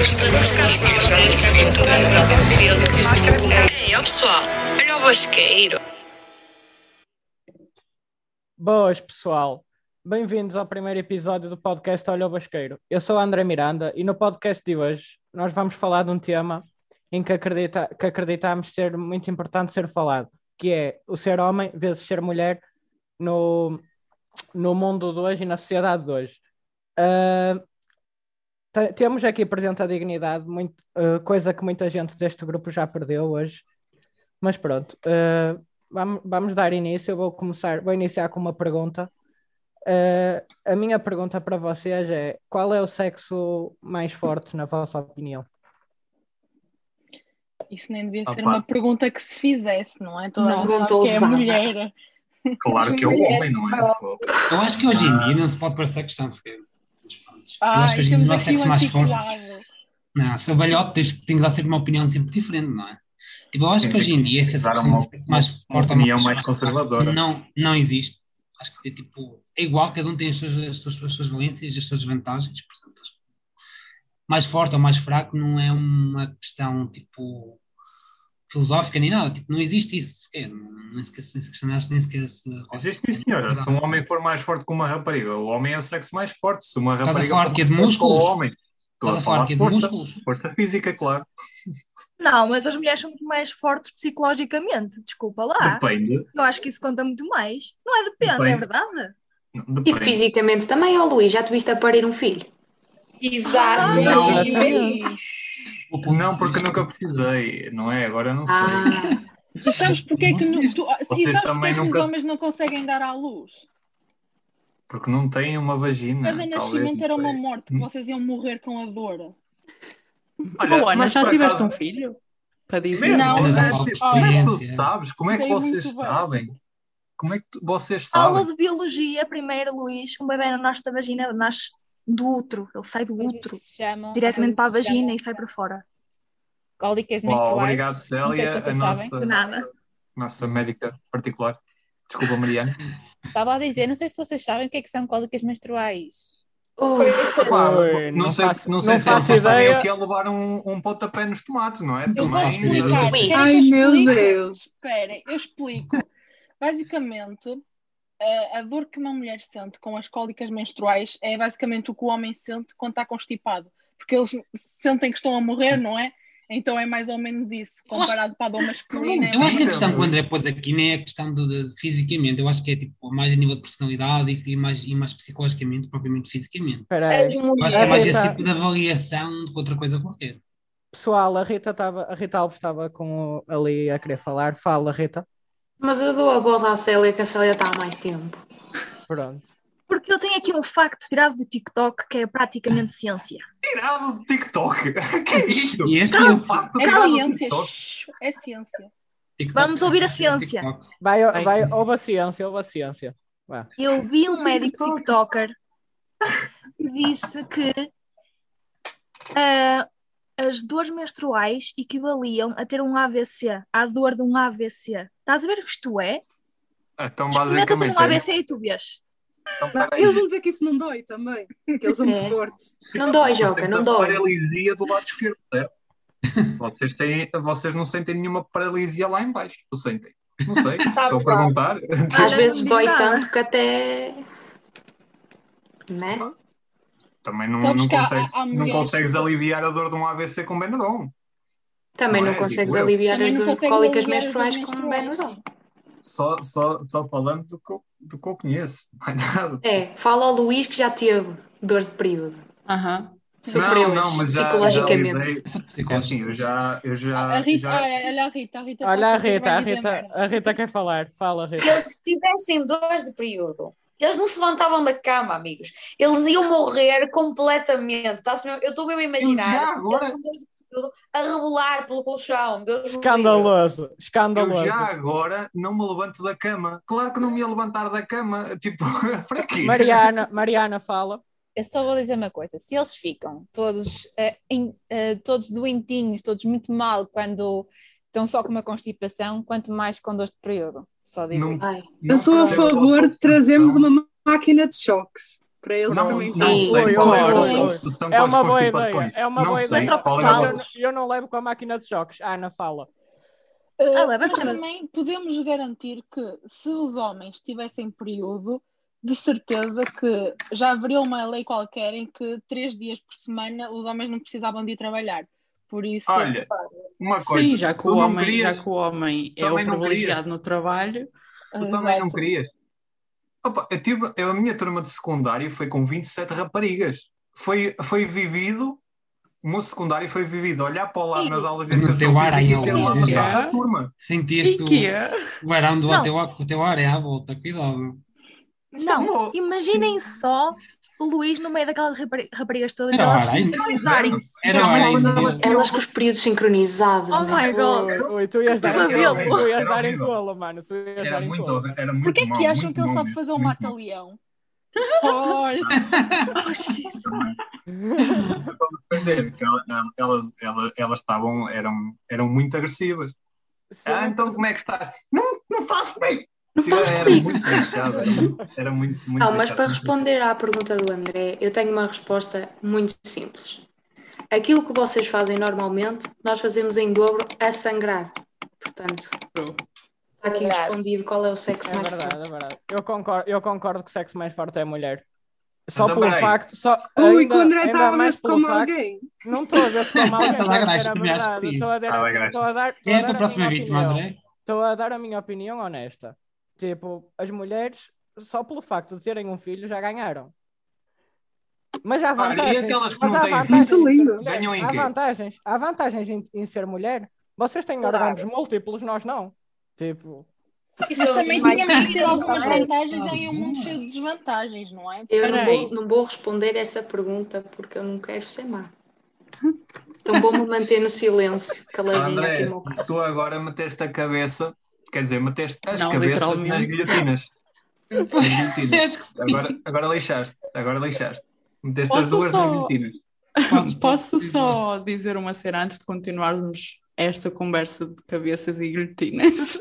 Ei, ó pessoal, olha o basqueiro. Boas, pessoal. Bem-vindos ao primeiro episódio do podcast Olha o Basqueiro. Eu sou o André Miranda e no podcast de hoje nós vamos falar de um tema em que acreditamos ser muito importante ser falado, que é o ser homem vezes ser mulher no mundo de hoje e na sociedade de hoje. Temos aqui presente a dignidade, coisa que muita gente deste grupo já perdeu hoje. Mas pronto, vamos dar início. Eu vou iniciar com uma pergunta. A minha pergunta para vocês é: qual é o sexo mais forte, na vossa opinião? Isso nem devia ser uma pergunta que se fizesse, não é? Toda a gente Não, sabe que é mulher. Claro que é o homem, não é? Eu acho que hoje em dia não se pode parecer questão sequer. Eu acho que hoje em dia temos não há aqui sexo um mais forte. articulado. Não, se o velhote tem que dar sempre uma opinião sempre diferente, não é? Tipo, eu acho que hoje em dia essa Dar questão de sexo mais forte ou opinião mais conservadora. não existe. Acho que é igual, cada um tem as suas valências, as suas vantagens, portanto, mais forte ou mais fraco não é uma questão tipo filosófica nem nada, tipo, não existe isso sequer, nem sequer se questionaste, nem sequer se... Existe, senhora. Se um homem for mais forte que uma rapariga, o homem é o sexo mais forte. Se uma Estás a rapariga falar for que é de mais forte que o músculos? homem, estou a falar que é de de força, músculos? força física, claro. Não, mas as mulheres são muito mais fortes psicologicamente, desculpa lá. Depende. Eu acho que isso conta muito mais. Não é depende, Depende. é verdade? E Depende. fisicamente também, ó Luís, já te viste a parir um filho? Exato. Não, porque nunca precisei, não é? Agora não sei. E sabes porque é que também os nunca- homens não conseguem dar à luz? Porque não tem uma vagina. Cada nascimento era uma sei. morte, que vocês iam morrer com a dor. Olha, Ana, mas já por tiveste acaso- um filho? Para dizer? Mesmo? Não, mas Como é há que tu experiência. sabes? Como é que Sei vocês muito bem. sabem? Como é que vocês Aula sabem? de biologia, primeiro, Luís. Um bebê não nasce da vagina, nasce do útero. Ele sai do útero, diretamente para a vagina e sai para fora. Cólicas Oh, menstruais. obrigado, Não sei Célia, se a vocês sabem. De nada. nossa médica particular. Desculpa, Mariana. Estava a dizer, não sei se vocês sabem o que são cólicas menstruais. Oi, Não sei se faço eles sabem ideia. o que é levar um pontapé nos tomates, não é? Eu posso Também. explicar. Querem que Ai, eu meu explique? Deus. Esperem, eu explico. Basicamente, a dor que uma mulher sente com as cólicas menstruais é basicamente o que o homem sente quando está constipado. Porque eles sentem que estão a morrer, não é? Então é mais ou menos isso, comparado para a dor masculina. Eu acho que a questão que o André pôs aqui nem é a questão de fisicamente, eu acho que é tipo mais a nível de personalidade e mais psicologicamente, propriamente fisicamente. Espera aí. Eu acho que é mais Rita, esse tipo de avaliação do que outra coisa qualquer. pessoal, a Rita Alves estava ali a querer falar. Fala, Rita. Mas eu dou a voz à Célia, que a Célia está há mais tempo. Pronto. Porque eu tenho aqui um facto tirado do TikTok que é praticamente ciência. Tirado do TikTok. Que é isto? E é Calma, ciência. É tirado do ciência. TikTok. É ciência. Vamos ouvir a ciência. Ouve a ciência. Vá. Eu vi um médico TikToker que disse que as dores menstruais equivaliam a ter um AVC, à dor de um AVC. Estás a ver o que isto é? Então, Experimenta ter um basicamente, AVC e tu vês. então, Não, peraí. eles vão dizer que isso não dói também, que eles são muito fortes. Não dói, Joca, não dói. Paralisia do lado esquerdo, certo? Vocês não sentem nenhuma paralisia lá em baixo. Ou sentem? Não sei. Estou a perguntar. Às Olha, vezes não dói digo nada. tanto que até... Né? Também Sabes não que há não mulheres- consegues aliviar a dor de um AVC com Benuron. Também Não não é? consegues Digo eu. aliviar Também as não dores de consegues cólicas aliviar as menstruais dores com um menstruais. Benuron. Só falando do que eu conheço. Mais nada. É, fala ao Luís que já teve dores de período. Aham. Sofreu mas já psicologicamente. alisei. É assim, eu já A Rita, já- olha a Rita. Olha a vai Rita, dizer merda. a Rita quer falar. Fala, Rita. Eles se tivessem dores de período, eles não se levantavam da cama, amigos. Eles iam morrer completamente. Tá-se mesmo? Eu estou mesmo a Já imaginar agora- eles com dores de período a rebolar pelo colchão. Deus me livre. Escandaloso. Eu Escandaloso. já agora não me levanto da cama. Claro que não me ia levantar da cama. Tipo, para quê? Mariana, fala. Eu só vou dizer uma coisa, se eles ficam todos, todos doentinhos, todos muito mal quando estão só com uma constipação, quanto mais com dores de período. Só digo Não- isso. Ai, não Eu sou a percebo favor qual de trazermos função. uma máquina de choques. Para eles Não, também não, tem. tem, É uma boa ideia. É uma Não boa sei, ideia. Eletrocutável. Eu não levo com a máquina de choques. Ana, fala. Mas também podemos garantir que se os homens tivessem período, de certeza que já haveria uma lei qualquer em que 3 dias por semana os homens não precisavam de ir trabalhar. Por isso, Olha, uma coisa. Sim, já que o homem é o Também não privilegiado no trabalho. Tu também não exato. querias. Opa, a minha turma de secundário foi com 27 raparigas. Foi vivido, o meu secundário foi vivido, olhar para o lado nas aulas de No educação teu ar aí, física e ter lá Luís, metade já. da turma. Sentiste o varão do Não. teu ar é à volta, cuidado. Não, imaginem só o Luís no meio daquelas raparigas todas, Era elas hora, hein? sincronizarem-se. Era hora ainda. Elas com os períodos sincronizados. Oh my god! Ui, tu ias dar Pesadelo. em tolo, mano. Tu ias Era dar em muito, tolo. era muito Porquê mau, que acham muito que ele mau sabe mesmo, fazer um muito mau. mata-leão? Olha, Oh, shit. Defender, que elas estavam, eram muito agressivas. Sim, Então como é que estás? Não faço bem. Não faço Era comigo. muito lixado, era muito Não, mas lixado. para responder à pergunta do André, eu tenho uma resposta muito simples. Aquilo que vocês fazem normalmente, nós fazemos em dobro a sangrar. Portanto, está aqui Verdade. respondido qual é o sexo É mais verdade, forte. é verdade. Eu concordo que o sexo mais forte é a mulher. Só Então, pelo peraí. facto. Ui, que o André ainda está a ver mais se pelo como facto. alguém. Não estou a ver se como alguém. Está lá, Estou a Graxa, dizer a também acho que verdade. sim. Estou a dar Graxa. estou a dar Quem é a a tua minha próxima vítima, opinião. André? Estou a dar a minha opinião honesta. Tipo, as mulheres, só pelo facto de terem um filho, já ganharam. Mas há Olha, e vantagens. aquelas que Mas não há têm vantagens filho? em ser Muito mulher. Ganham em Há quê? vantagens. Há vantagens em ser mulher. Vocês têm Claro. órgãos múltiplos, nós não. Tipo, mas também mais tínhamos que ter algumas fácil. vantagens em um mundo cheio de desvantagens, não é? Eu Peraí. não vou responder essa pergunta porque eu não quero ser má. Então vou-me manter no silêncio, caladinha aqui André, no meu canto. tu agora meteste a cabeça, quer dizer, meteste as Não, cabeças literalmente. nas guilhotinas. Agora lixaste. Meteste as Posso duas só- nas guilhotinas. Posso só dizer uma cena antes de continuarmos esta conversa de cabeças e guilhotinas?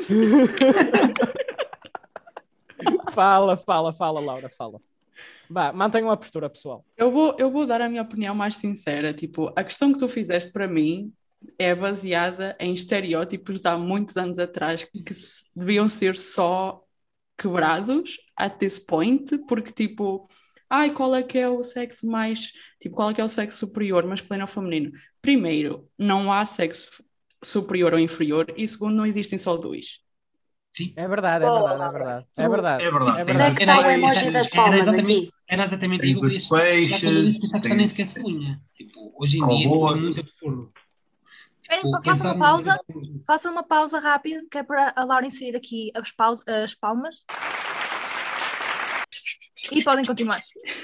fala, Laura, fala. Vá, mantenha uma postura, pessoal. Eu vou dar a minha opinião mais sincera. Tipo, a questão que tu fizeste para mim é baseada em estereótipos de há muitos anos atrás que deviam ser só quebrados at this point, porque tipo, qual é que é o sexo mais, tipo, qual é que é o sexo superior, masculino ou feminino? Primeiro, não há sexo superior ou inferior, e segundo, não existem só dois. É verdade. É verdade. Onde é que está o emoji das palmas aqui? Era exatamente Tem aí que eu queria os chegar. peixes, Quando eu disse que essa questão tem- nem sequer se punha. Tipo, hoje em dia Robô. é muito absurdo. Esperem, Tipo, faça pensar uma pausa. no- Faça uma pausa rápida, que é para a Laura inserir aqui as palmas. E podem continuar.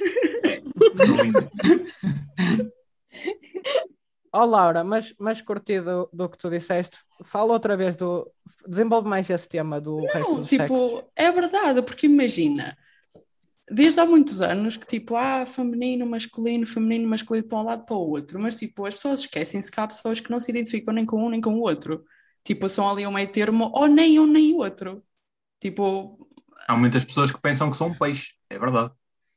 Oh, Laura, mas curti do que tu disseste. Fala outra vez desenvolve mais esse tema do resto Não, dos sexos. tipo, é verdade, porque imagina, desde há muitos anos que tipo, feminino, masculino para um lado para o outro, mas tipo, as pessoas esquecem-se que há pessoas que não se identificam nem com um nem com o outro. Tipo, são ali um meio termo, ou nem um nem o outro. Tipo, Há muitas pessoas que pensam que são peixe, é verdade.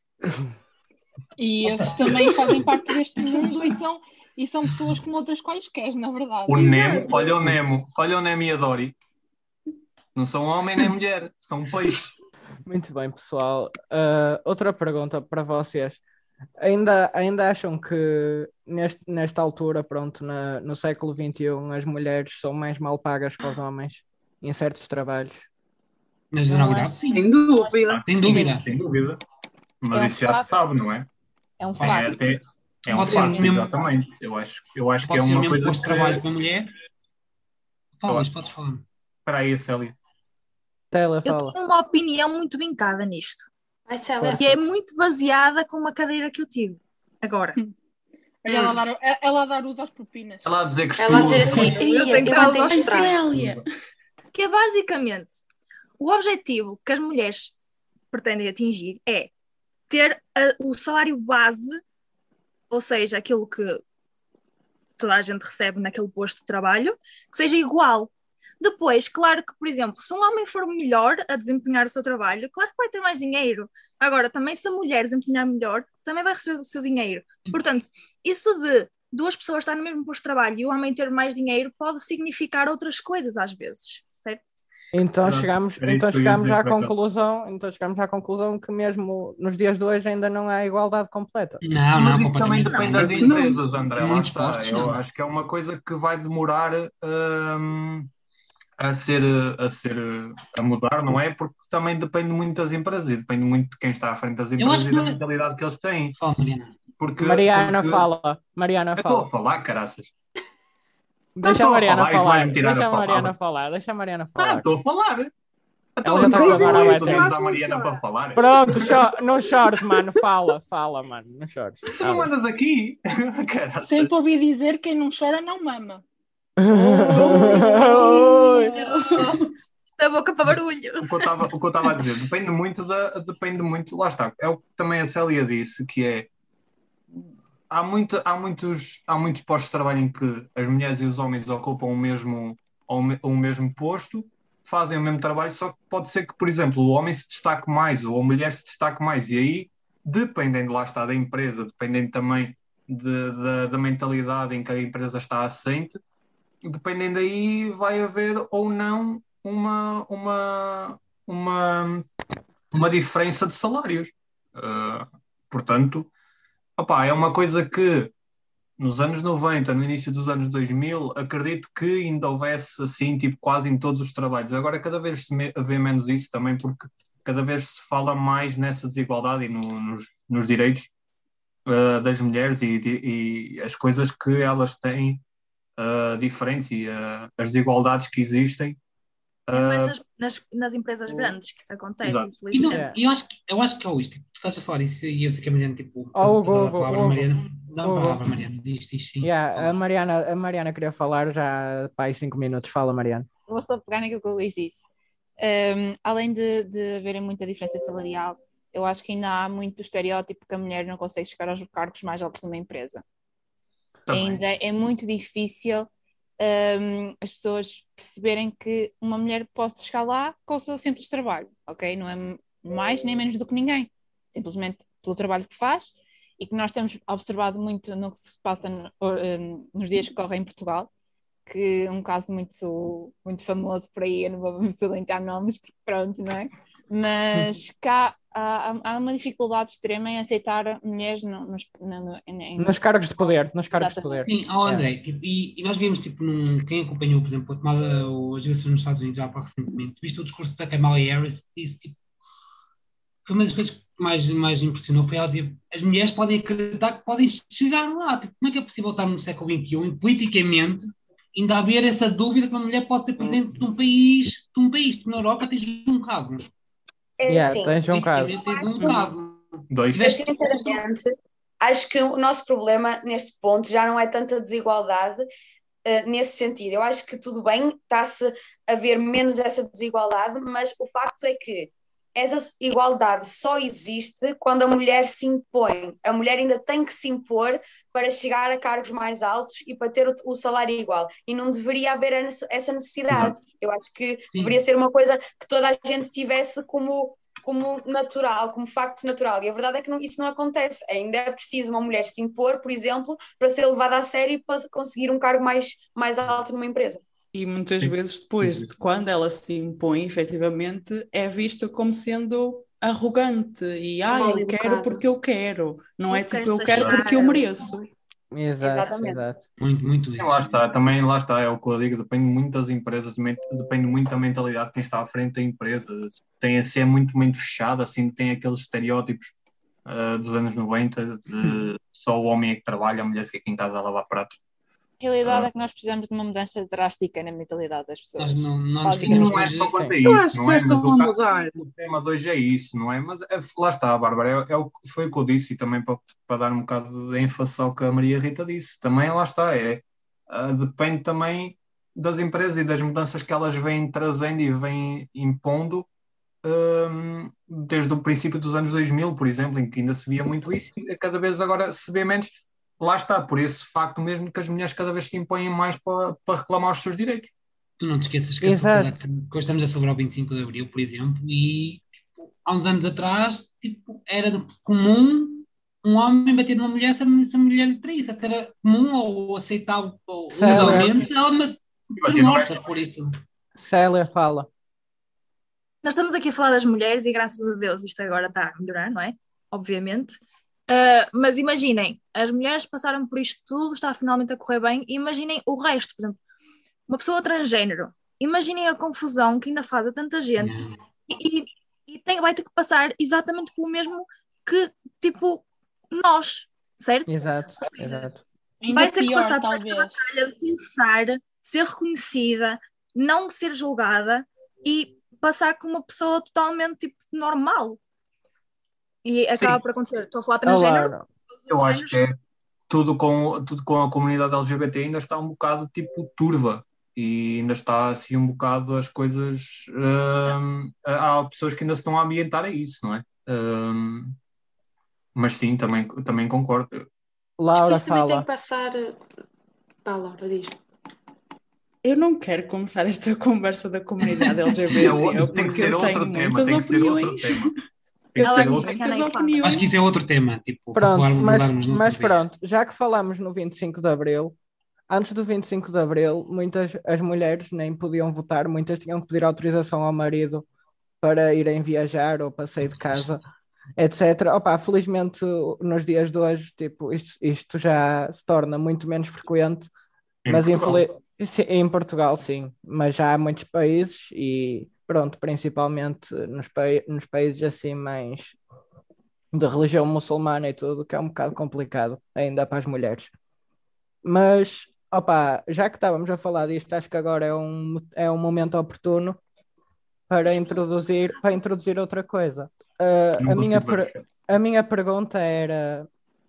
E esses também fazem parte deste mundo e são pessoas como outras quaisquer, na verdade. O Nemo, olha o Nemo e a Dory. Não são homem nem mulher, são peixe. Muito bem, pessoal. Outra pergunta para vocês. Ainda acham que nesta altura, pronto, no século XXI, as mulheres são mais mal pagas que os homens em certos trabalhos? Na generalidade, sim. sem dúvida. Sem dúvida. Sem dúvida. Mas É um isso já se fato. sabe, não é? É um É, facto. é um Pode ser facto, mesmo- exatamente. Eu acho que é Pode ser uma mesmo coisa posto de trabalho com a mulher. Fala, Eu- podes falar. Espera aí, Célia. Tela, Eu fala. tenho uma opinião muito vincada nisto. Vai, Célia. E é muito baseada com uma cadeira que eu tive. Agora. Olha ela a dar uso às propinas. Ela a dizer que Ela a dizer estuda. assim, Eu "Ia, tenho eu causa mantenho aos estrada." Célia. Que é basicamente o objetivo que as mulheres pretendem atingir é ter o salário base, ou seja, aquilo que toda a gente recebe naquele posto de trabalho, que seja igual. Depois, claro que, por exemplo, se um homem for melhor a desempenhar o seu trabalho, claro que vai ter mais dinheiro. Agora, também se a mulher desempenhar melhor, também vai receber o seu dinheiro. Portanto, isso de duas pessoas estarem no mesmo posto de trabalho e o homem ter mais dinheiro pode significar outras coisas às vezes, certo? Então Era chegamos isso que eu ia chegamos dizer à por acaso. conclusão que mesmo nos dias de hoje ainda não há igualdade completa. Não, Mas não, isso também completamente. depende das Não. empresas, André. Lá Muitos está. postos, Eu não. acho que é uma coisa que vai demorar a mudar, não é? Porque também depende muito das empresas e depende muito de quem está à frente das Eu empresas acho e que da não é. mentalidade que eles têm. Fala, Mariana. Mariana Porque fala. Mariana eu estou fala. a falar, caraças. Deixa a Mariana falar e vai-me falar. tirar Deixa a a Mariana palavra. falar. Deixa a Mariana Ah, falar. estou a falar. Então, Ela já está a não chamar a podemos Beatriz. à Mariana para falar. Pronto, não chores, mano. Fala, mano. Não chores. Tu não mandas aqui? Caraças. Sempre ouvi dizer que quem não chora não mama. Oi. Da boca para barulho. O que eu estava a dizer, depende muito, lá está, é o que também a Célia disse, que é, há muitos postos de trabalho em que as mulheres e os homens ocupam o mesmo posto, fazem o mesmo trabalho, só que pode ser que, por exemplo, o homem se destaque mais ou a mulher se destaque mais, e aí, dependendo, lá está, da empresa, dependendo também da mentalidade em que a empresa está assente, dependendo aí, vai haver ou não uma diferença de salários. Portanto, opá, é uma coisa que nos anos 90, no início dos anos 2000, acredito que ainda houvesse assim, tipo, quase em todos os trabalhos. Agora cada vez se vê menos isso também, porque cada vez se fala mais nessa desigualdade e nos direitos das mulheres e as coisas que elas têm diferentes e as desigualdades que existem. É mais nas empresas grandes que isso acontece, Exato. E não, infelizmente. eu acho que é isso. Tipo, tu estás a falar isso e eu sei que a Mariana, tipo, Hugo, a palavra Hugo, Mariana. Não, Hugo. a palavra Mariana, diz sim. Yeah, a Mariana queria falar já há 5 minutos. Fala, Mariana. Vou só pegar naquilo que o Luís disse. Além de haverem muita diferença salarial, eu acho que ainda há muito estereótipo que a mulher não consegue chegar aos cargos mais altos numa empresa. Também. Ainda é muito difícil as pessoas perceberem que uma mulher pode chegar lá com o seu simples trabalho, ok? Não é mais nem menos do que ninguém, simplesmente pelo trabalho que faz e que nós temos observado muito no que se passa nos dias que correm em Portugal, que é um caso muito, muito famoso por aí, eu não vou me salientar nomes, porque pronto, não é? Mas cá há uma dificuldade extrema em aceitar mulheres Nos cargos de poder. Nos cargos de poder. Sim, André, tipo, e nós vimos, tipo, quem acompanhou, por exemplo, a tomada as eleições nos Estados Unidos já para recentemente, visto o discurso da Kamala Harris, que disse, tipo, foi uma das coisas que mais impressionou, foi ela dizer, as mulheres podem acreditar que podem chegar lá, tipo, como é que é possível estar no século XXI e politicamente ainda haver essa dúvida que uma mulher pode ser presidente de um país, tipo, na Europa tens um caso. Tens um caso. Tens um caso. Dois. Mas, sinceramente, acho que o nosso problema neste ponto já não é tanta desigualdade nesse sentido. Eu acho que tudo bem, está-se a ver menos essa desigualdade, mas o facto é que essa igualdade só existe quando a mulher se impõe. A mulher ainda tem que se impor para chegar a cargos mais altos e para ter o salário igual. E não deveria haver essa necessidade. Eu acho que deveria ser uma coisa que toda a gente tivesse como natural, como facto natural. E a verdade é que isso não acontece. Ainda é preciso uma mulher se impor, por exemplo, para ser levada a sério e para conseguir um cargo mais alto numa empresa. E muitas vezes depois de quando ela se impõe, efetivamente, é vista como sendo arrogante e eu quero porque eu quero, não é tipo eu quero porque eu mereço. Exato. Muito isso. Lá está, é o que eu digo, depende muito das empresas, depende muito da mentalidade de quem está à frente da empresa. Tem a ser muito fechado, assim, tem aqueles estereótipos dos anos 90 de só o homem é que trabalha, a mulher fica em casa a lavar pratos. A realidade é que nós precisamos de uma mudança drástica na mentalidade das pessoas. Não não é só quanto a isso. Eu acho que já estão a mudar. O tema de hoje é isso, não é? Mas lá está, Bárbara, foi o que eu disse e também para dar um bocado de ênfase ao que a Maria Rita disse. Também lá está, depende também das empresas e das mudanças que elas vêm trazendo e vêm impondo desde o princípio dos anos 2000, por exemplo, em que ainda se via muito isso e cada vez agora se vê menos. Lá está, por esse facto mesmo que as mulheres cada vez se impõem mais para reclamar os seus direitos. Tu não te esqueças que Exato. hoje estamos a celebrar o 25 de Abril, por exemplo, e tipo, há uns anos atrás tipo, era comum um homem bater numa mulher se a mulher lhe traísse. Até era comum ou aceitável ou Célia, legalmente ela ser bater no morta gajo. por isso. Célia fala. Nós estamos aqui a falar das mulheres e graças a Deus isto agora está a melhorar, não é? Obviamente. Mas imaginem, as mulheres passaram por isto tudo, está finalmente a correr bem, e imaginem o resto, por exemplo, uma pessoa transgénero. Imaginem a confusão que ainda faz a tanta gente vai ter que passar exatamente pelo mesmo que, tipo, nós, certo? Exato. Ainda Vai ter que pior, passar por esta talvez. batalha de confessar, ser reconhecida, não ser julgada e passar como uma pessoa totalmente tipo, normal. E acaba Sim. por acontecer. Estou a falar transgénero. Olá, Eu acho que tudo com a comunidade LGBT ainda está um bocado tipo turva e ainda está assim um bocado as coisas. Há pessoas que ainda se estão a ambientar a isso, não é? Mas sim, também concordo. Acho que Laura isso também tem fala. que passar. Pá, Laura, diz. Eu não quero começar esta conversa da comunidade LGBT, Tem que porque ter eu outro tenho tema, muitas tem que ter outro opiniões. tema. Tem que Eu Ela ser tenho disse outro. que a muitas nem fala. opiniões. Acho que isso é outro tema, tipo, para Pronto, falarmos no mas outro dia. pronto, já que falamos no 25 de Abril, antes do 25 de Abril, as mulheres nem podiam votar, muitas tinham que pedir autorização ao marido para irem viajar ou para sair de casa, etc. Opa, felizmente, nos dias de hoje, tipo, isto já se torna muito menos frequente, Em mas Portugal. em Portugal, sim, mas já há muitos países e pronto, principalmente nos países assim mais de religião muçulmana e tudo, que é um bocado complicado ainda para as mulheres. Mas, opa, já que estávamos a falar disto, acho que agora é um momento oportuno para introduzir outra coisa. Não A minha pergunta era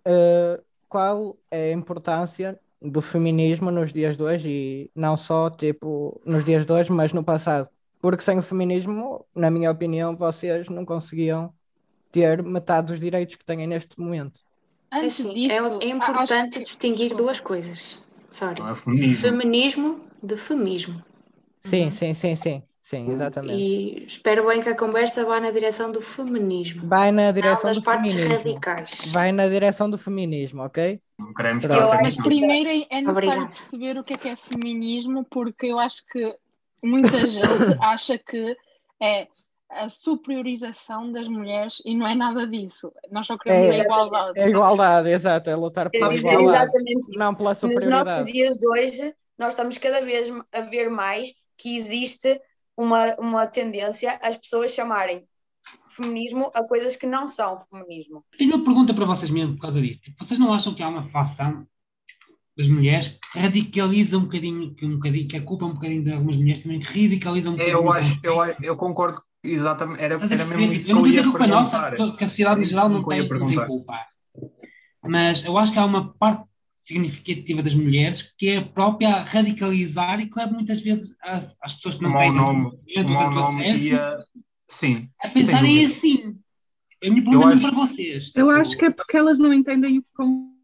qual é a importância do feminismo nos dias de hoje e não só tipo nos dias de hoje, mas no passado. Porque sem o feminismo, na minha opinião, vocês não conseguiam ter metade dos direitos que têm neste momento. Antes Assim, disso, é importante acho que... distinguir Desculpa. duas coisas. Sorry. Não é feminismo. Feminismo de feminismo. Sim, Uhum. sim, exatamente. E espero bem que a conversa vá na direção do feminismo. Vai na Não direção das do partes feminismo. radicais. Vai na direção do feminismo, ok? Não queremos Pronto. estar a Eu ser Mas acho primeiro é necessário Obrigada. perceber o que é feminismo, porque eu acho que muita gente acha que é a superiorização das mulheres e não é nada disso. Nós só queremos a igualdade. É a igualdade, exato, é lutar Eu pela ia dizer igualdade, exatamente isso. não pela Nos nossos superioridade. dias de hoje, nós estamos cada vez a ver mais que existe uma tendência às pessoas chamarem feminismo a coisas que não são feminismo. Tenho uma pergunta para vocês mesmo por causa disso. Tipo, vocês não acham que há uma facção das mulheres que radicaliza um bocadinho, que a culpa um bocadinho de algumas mulheres também que radicalizam um bocadinho? Eu concordo exatamente. Era Estás a perceber? mesmo Tipo, isso eu não que digo eu que a ia culpa é nossa, perguntar. que a sociedade em geral não Eu ia tem perguntar. culpa. Mas eu acho que há uma parte significativa das mulheres que é a própria a radicalizar e que leva muitas vezes as pessoas que não têm tanto acesso Sim, a pensarem sem dúvida. assim. A minha pergunta é mesmo para vocês. Eu Tipo, acho que é porque elas não entendem o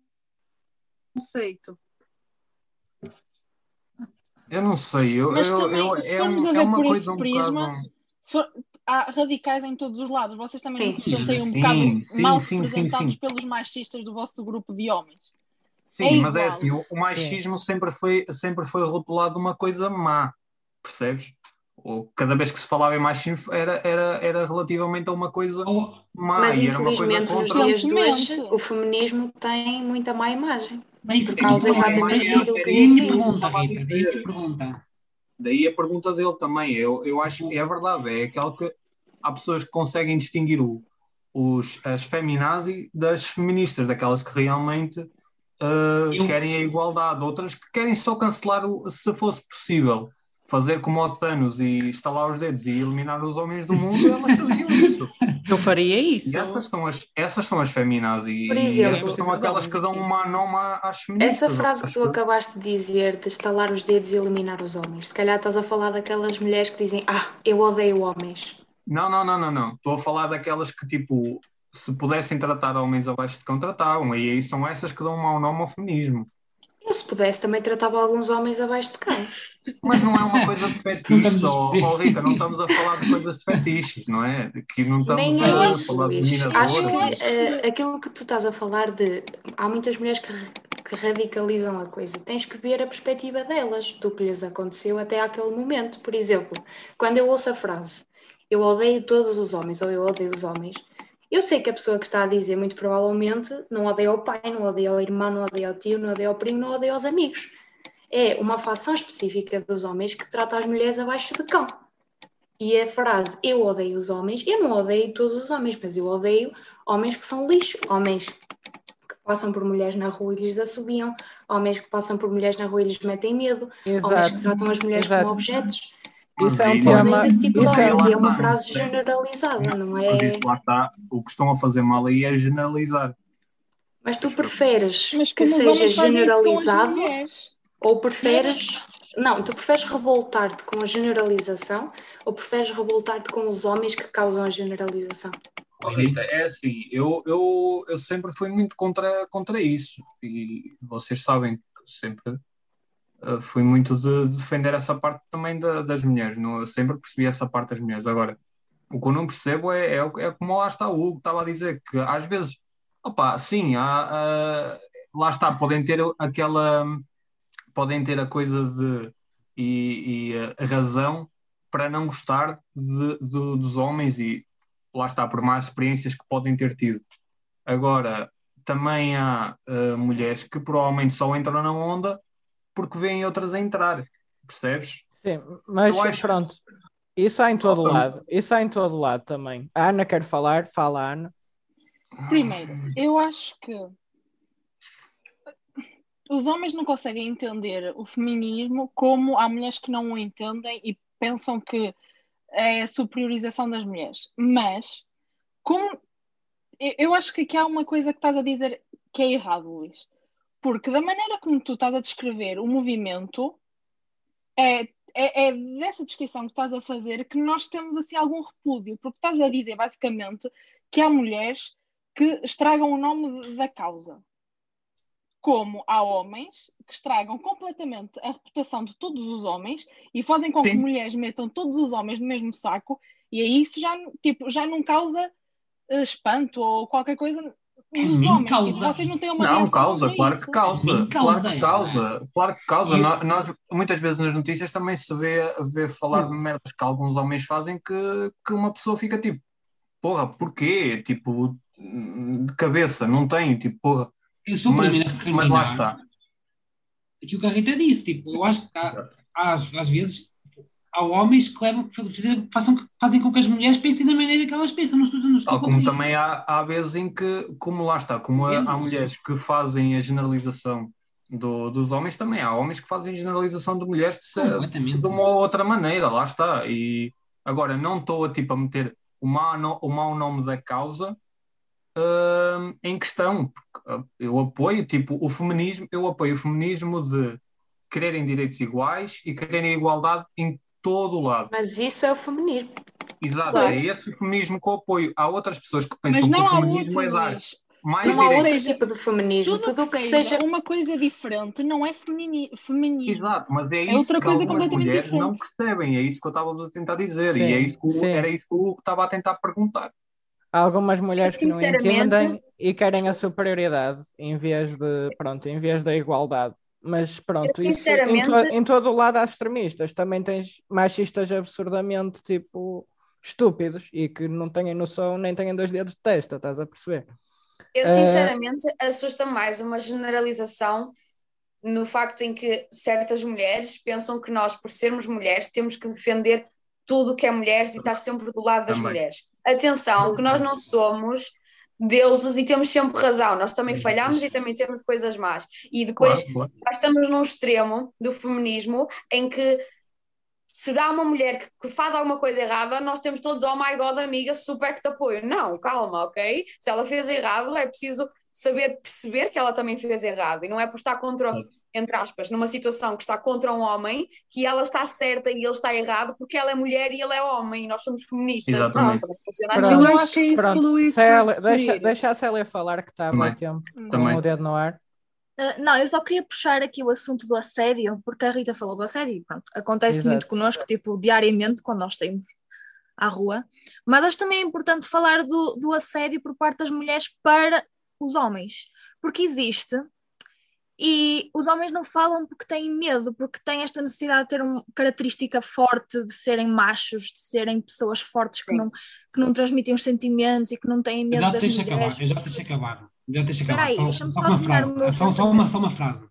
conceito. Eu não sei. Mas também, se formos a ver uma por coisa esse um prisma, bocado... há radicais em todos os lados. Vocês também não se Sim. sentem um Sim, bocado sim, mal sim, representados sim. pelos machistas do vosso grupo de homens. Sim, É mas é igual. assim, o machismo sempre foi rotulado uma coisa má, percebes? Ou cada vez que se falava em machismo era relativamente a uma coisa má Mas e era uma coisa infelizmente nos contra... dias de hoje Recentemente. o feminismo tem muita má imagem. Mas Por causa exatamente daquilo que daí a minha disse. pergunta, Rita, daí a minha pergunta. Daí a pergunta dele também. Eu acho que é verdade, é aquela que há pessoas que conseguem distinguir as feminazi das feministas, daquelas que realmente querem a igualdade, outras que querem só cancelar, se fosse possível, fazer como o Thanos e estalar os dedos e eliminar os homens do mundo, elas faziam isso. Eu faria isso. E essas são as feminazi Por e exemplo, estas são aquelas que dão uma nome às feministas. Essa frase que tu acabaste de dizer, de estalar os dedos e eliminar os homens, se calhar estás a falar daquelas mulheres que dizem eu odeio homens. Não. Estou a falar daquelas que, tipo, se pudessem tratar homens abaixo de cão tratavam, e aí são essas que dão um mau nome ao feminismo. Eu, se pudesse, também tratava alguns homens abaixo de cão. Mas não é uma coisa de Não fetiche, estamos a perceber. Rita, não estamos a falar de coisas de fetiche, não é? Que não estamos Nem Eu é a acho- isso, falar de Luís. dominadores. Acho Eu acho que que aquilo que tu estás a falar de. Há muitas mulheres que radicalizam a coisa. Tens que ver a perspectiva delas, do que lhes aconteceu até àquele momento. Por exemplo, quando eu ouço a frase eu odeio todos os homens ou eu odeio os homens, eu sei que a pessoa que está a dizer, muito provavelmente, não odeia o pai, não odeia o irmão, não odeia o tio, não odeia o primo, não odeia os amigos. É uma facção específica dos homens que trata as mulheres abaixo de cão. E a frase eu odeio os homens, eu não odeio todos os homens, mas eu odeio homens que são lixo, homens que passam por mulheres na rua e lhes assobiam, homens que passam por mulheres na rua e lhes metem medo, homens Exato, que tratam as mulheres exato. como objetos. Isso é um Mas Eu tema. odeio esse tipo de Isso é, homens lá e é uma está. frase generalizada, não é? Mas isso lá está. O que estão a fazer mal aí é generalizar. Mas tu preferes Mas que como os seja homens fazem isso com as generalizado mulheres. ou preferes... Não, tu preferes revoltar-te com a generalização ou preferes revoltar-te com os homens que causam a generalização? Rita, é assim, eu sempre fui muito contra isso. E vocês sabem que eu sempre fui muito de defender essa parte também das mulheres. Eu sempre percebi essa parte das mulheres. Agora, o que eu não percebo é como lá está o Hugo estava a dizer, que às vezes, opá, sim, lá está, podem ter a coisa e a razão para não gostar dos homens e lá está, por más experiências que podem ter tido. Agora, também há mulheres que provavelmente só entram na onda porque veem outras a entrar, percebes? sim, mas Eu acho- pronto, isso há em todo Opa. lado. Isso há em todo lado também. A Ana quer falar, fala a Ana. Primeiro, eu acho que os homens não conseguem entender o feminismo como há mulheres que não o entendem e pensam que é a superiorização das mulheres. Mas, como eu acho que aqui há uma coisa que estás a dizer que é errado, Luís. Porque da maneira como tu estás a descrever o movimento, é dessa descrição que estás a fazer que nós temos assim algum repúdio. Porque estás a dizer, basicamente, que há mulheres que estragam o nome da causa. Como há homens que estragam completamente a reputação de todos os homens e fazem com que Sim. mulheres metam todos os homens no mesmo saco, e aí isso já não causa espanto ou qualquer coisa nos mim homens. causa. Tipo, vocês não têm uma Não, reação causa, contra claro isso. que causa. Sim, Claro causa, que causa. Claro que causa. E eu- Nós, muitas vezes nas notícias também se vê falar de merdas que alguns homens fazem que uma pessoa fica tipo, porra, porquê? Tipo, de cabeça, não tem, tipo, porra. Eu sou o Mas, primeiro a mas lá recriminar está. aquilo que a Rita disse. Tipo, eu acho que às vezes há homens que fazem com que as mulheres pensem da maneira que elas pensam. Não estou Tal contra como isso. também há vezes em que, como lá está, como há Entendo. mulheres que fazem a generalização dos homens, também há homens que fazem generalização de mulheres Completamente. de uma ou outra maneira, lá está. E agora, não estou a meter o mau nome da causa em questão, porque eu apoio o feminismo de quererem direitos iguais e quererem igualdade em todo o lado. Mas isso é o feminismo. Exato, Claro. é esse o feminismo que eu apoio. Há outras pessoas que Mas pensam que não o há feminismo outro, é dar Luís. mais Não há direitos. outro tipo de feminismo. Tudo que seja uma coisa diferente não é feminismo. Exato, mas é É isso outra que coisa algumas completamente mulheres não diferente. percebem. É isso que eu estava a tentar dizer. Sim, E é isso sim. era isso que eu estava a tentar perguntar. Há algumas mulheres que não Sinceramente- entendem e querem a superioridade em vez da igualdade. Mas pronto, isso Sinceramente- em todo o lado há extremistas. Também tens machistas absurdamente tipo estúpidos e que não têm noção nem têm 2 dedos de testa, estás a perceber? Eu, sinceramente, assusta mais uma generalização no facto em que certas mulheres pensam que nós, por sermos mulheres, temos que defender tudo o que é mulheres e estar sempre do lado das Também. mulheres. Atenção, que nós não somos deuses e temos sempre razão. Nós também falhamos e também temos coisas más. E depois Claro. nós estamos num extremo do feminismo em que se dá uma mulher que faz alguma coisa errada, nós temos todos, oh my God, amiga, super que te apoio. Não, calma, ok? Se ela fez errado, é preciso saber perceber que ela também fez errado. E não é por estar contra, entre aspas, numa situação que está contra um homem, que ela está certa e ele está errado, porque ela é mulher e ele é homem, e nós somos feministas. Exatamente. Não funciona Pronto. assim. Eu acho que é isso que o Luís está a Célia, referir. deixa a Célia falar que está há Também. muito tempo com Também. o dedo no ar. Não, eu só queria puxar aqui o assunto do assédio, porque a Rita falou do assédio e pronto, acontece Exato. muito connosco, tipo, diariamente, quando nós saímos à rua. Mas acho também é importante falar do assédio por parte das mulheres para os homens, porque existe, e os homens não falam porque têm medo, porque têm esta necessidade de ter uma característica forte, de serem machos, de serem pessoas fortes que não transmitem os sentimentos e que não têm medo das mulheres. Eu já te deixei acabar. Espera aí, deixa-me só uma terminar o meu frase. Só uma frase.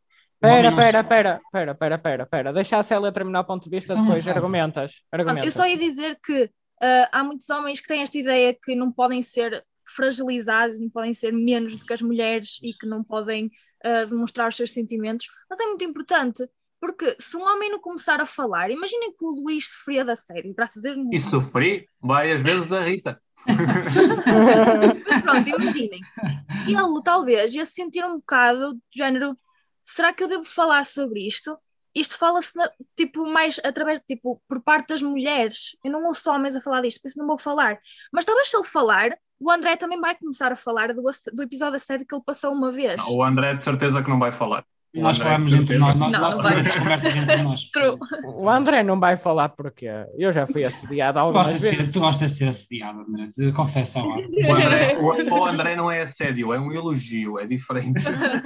Pera. Deixa a Célia terminar o ponto de vista, Só uma depois frase. argumentas. Eu só ia dizer que há muitos homens que têm esta ideia que não podem ser fragilizados, não podem ser menos do que as mulheres e que não podem demonstrar os seus sentimentos, mas é muito importante, porque se um homem não começar a falar, imaginem que o Luís sofria de assédio, graças a Deus não. E sofri várias vezes da Rita. Mas pronto, imaginem, ele talvez ia se sentir um bocado do género, será que eu devo falar sobre isto? Isto fala-se tipo, mais através de, tipo, por parte das mulheres. Eu não ouço homens a falar disto, por isso não vou falar. Mas talvez se ele falar, o André também vai começar a falar do episódio assédio que ele passou uma vez. Não, o André de certeza que não vai falar. Nós falamos entre nós. Nós vai. temos conversas entre nós. True. O André não vai falar porque eu já fui assediado algumas vezes. Tu gostas de ser assediado, André. Confessa agora. O André não é assédio, é um elogio, é diferente.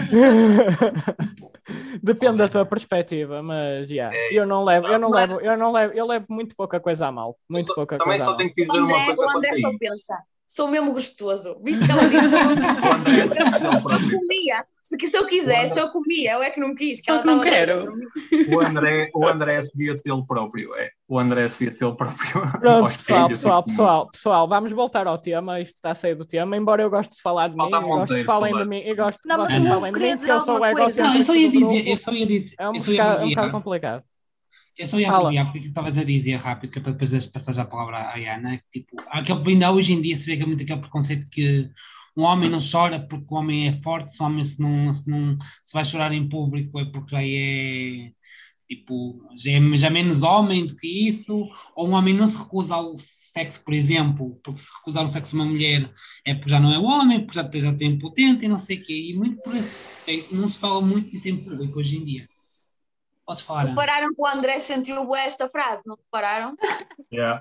Depende da tua perspectiva, mas eu levo muito pouca coisa a mal. Muito pouca Também coisa a só mal. tenho que dizer uma coisa. O André só pensa, sou mesmo gostoso. Viste que ela disse? Eu comia. Se eu quisesse, eu comia. Eu é que não quis. Que ela não quero. O André seguia-se dele próprio. O André seguia-se dele próprio. Pronto, pessoal, vamos voltar ao tema. Isto está a sair do tema, embora eu goste de falar de mim, eu gosto de falar de mim, e gosto de vocês falem de mim, porque eu sou o egocêntrico. Eu só ia dizer. É um bocado complicado. Eu só ia abreviar porque estavas a dizer rápido, que é para depois passar já a palavra à Ana, que tipo, ainda hoje em dia se vê que é muito aquele preconceito que um homem não chora porque o homem é forte, se o homem se vai chorar em público é porque já é tipo, já é menos homem do que isso, ou um homem não se recusa ao sexo, por exemplo, porque se recusar o sexo de uma mulher é porque já não é homem, porque já tem impotente e não sei o quê, e muito por isso, não se fala muito disso em público hoje em dia. Podes falar. Repararam que o André sentiu esta frase, não repararam? Yeah.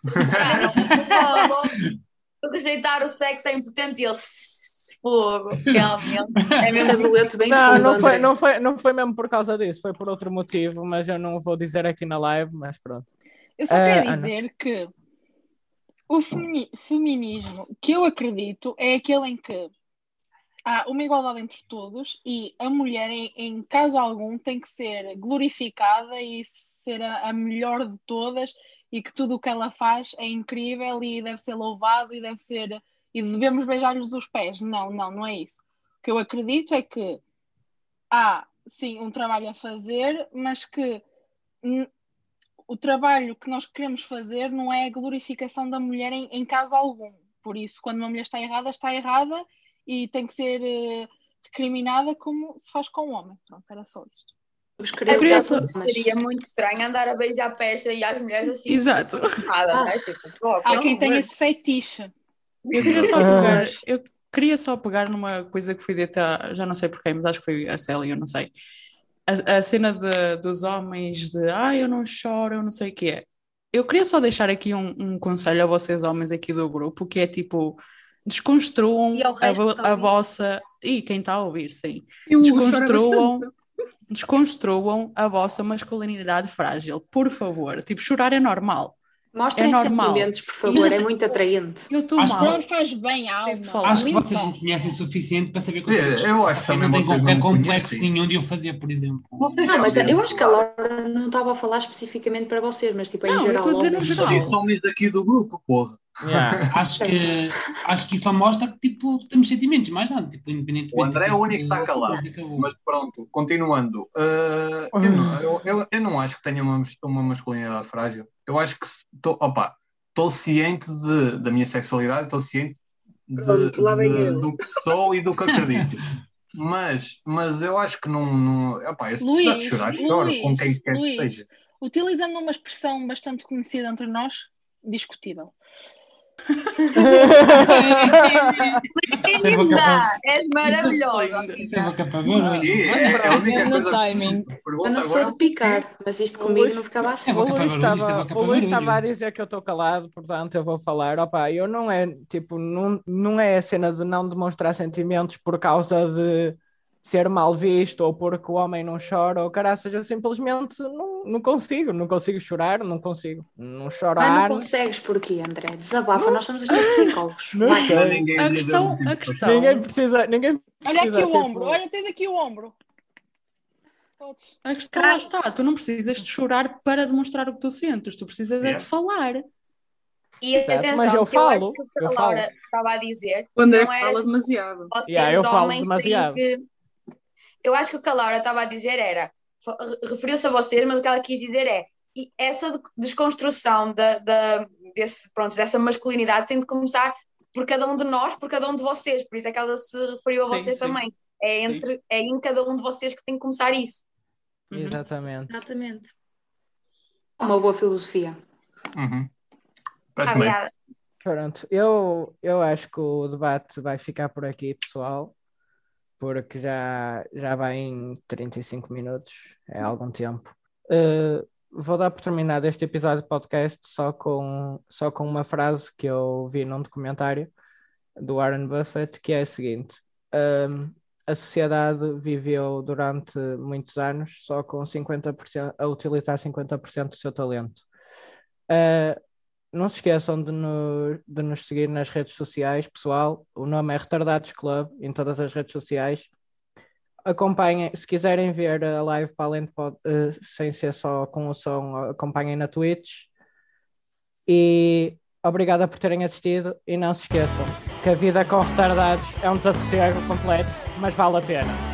Rejeitar o sexo é impotente e ele fogo, realmente. É mesmo Adolete bem não foi mesmo por causa disso, foi por outro motivo, mas eu não vou dizer aqui na live, mas pronto. Eu só quero dizer que o feminismo que eu acredito é aquele em que há uma igualdade entre todos e a mulher, em caso algum, tem que ser glorificada e ser a melhor de todas e que tudo o que ela faz é incrível e deve ser louvado e devemos beijar-lhes os pés. Não é isso. O que eu acredito é que há, sim, um trabalho a fazer, mas que o trabalho que nós queremos fazer não é a glorificação da mulher em caso algum. Por isso, quando uma mulher está errada e tem que ser recriminada como se faz com o homem. Pronto, era só isto. Seria muito estranho andar a beijar pés e as mulheres assim. Exato. Há quem tenha esse feitiço. Eu queria só pegar numa coisa que foi dita, já não sei porquê, mas acho que foi a Célia, eu não sei. A cena dos homens eu não choro, eu não sei o que é. Eu queria só deixar aqui um conselho a vocês homens aqui do grupo, que é tipo, desconstruam a vossa... E quem está a ouvir, sim. Desconstruam a vossa masculinidade frágil, por favor. Tipo, chorar é normal. Mostrem sentimentos, por favor, é muito atraente. Eu estou mal. Não faz bem à alma. Acho que vocês me conhecem o suficiente para saber que eu acho que também não tenho qualquer complexo nenhum de eu fazer, por exemplo. Não, mas eu acho que a Laura não estava a falar especificamente para vocês, mas tipo, em geral. Eu estou a dizer no geral. Homens aqui do grupo, porra. Yeah. Acho que isso mostra que tipo, temos sentimentos, mais nada. Tipo, independentemente. O André é o único que está calado. Mas pronto, continuando. Eu não acho que tenha uma masculinidade frágil. Eu acho que estou ciente da minha sexualidade, estou ciente do que sou e do que acredito. Mas eu acho que não se precisar de chorar, choro com quem quer que seja. Utilizando uma expressão bastante conhecida entre nós, discutível. Sem boca Linda! para- És maravilhosa. Linda. sem boca para ver, olha. É a única No coisa timing. que Eu pergunto não sou agora. de picar, mas isto O comigo Luís- não ficava assim. É O boca Luís para barulho, isto é estava, boca o para Luís barulho. estava a dizer que eu estou calado, portanto eu vou falar. Opa, eu não é, tipo, não é a cena de não demonstrar sentimentos por causa de ser mal visto ou porque o homem não chora ou caraças, eu simplesmente não consigo chorar, não choro há Mas não anos. consegues porquê, André? Desabafa, nós somos os teus psicólogos. Não Vai. sei. Ainda ninguém A lhe questão- deu a tempo. questão- Ninguém precisa Olha aqui o tipo, ombro, olha, tens aqui o ombro. Podes. A questão lá está, tu não precisas de chorar para demonstrar o que tu sentes, tu precisas é de falar. E Exato, atenção, mas eu que eu acho falo, que o eu que a falo. Laura estava a dizer O André não era fala tipo, demasiado. vocês Yeah, eu falo homens demasiado. têm que... Eu acho que o que a Laura estava a dizer era, referiu-se a vocês, mas o que ela quis dizer é, e essa desconstrução dessa masculinidade tem de começar por cada um de nós, por cada um de vocês, por isso é que ela se referiu a Sim, vocês sim. também. É em cada um de vocês que tem que começar isso. Exatamente. Exatamente. Uma boa filosofia. Uhum. Parece bem. Obrigada. Pronto, eu acho que o debate vai ficar por aqui, pessoal, porque já vai em 35 minutos, é algum tempo. Vou dar por terminado este episódio de podcast só com uma frase que eu vi num documentário do Warren Buffett, que é a seguinte: a sociedade viveu durante muitos anos só com 50%, a utilizar 50% do seu talento. Não se esqueçam de nos seguir nas redes sociais, pessoal. O nome é Retardados Club em todas as redes sociais. Acompanhem, se quiserem ver a live para além sem ser só com o som, acompanhem na Twitch. E obrigada por terem assistido. E não se esqueçam que a vida com retardados é um desassossego completo, mas vale a pena.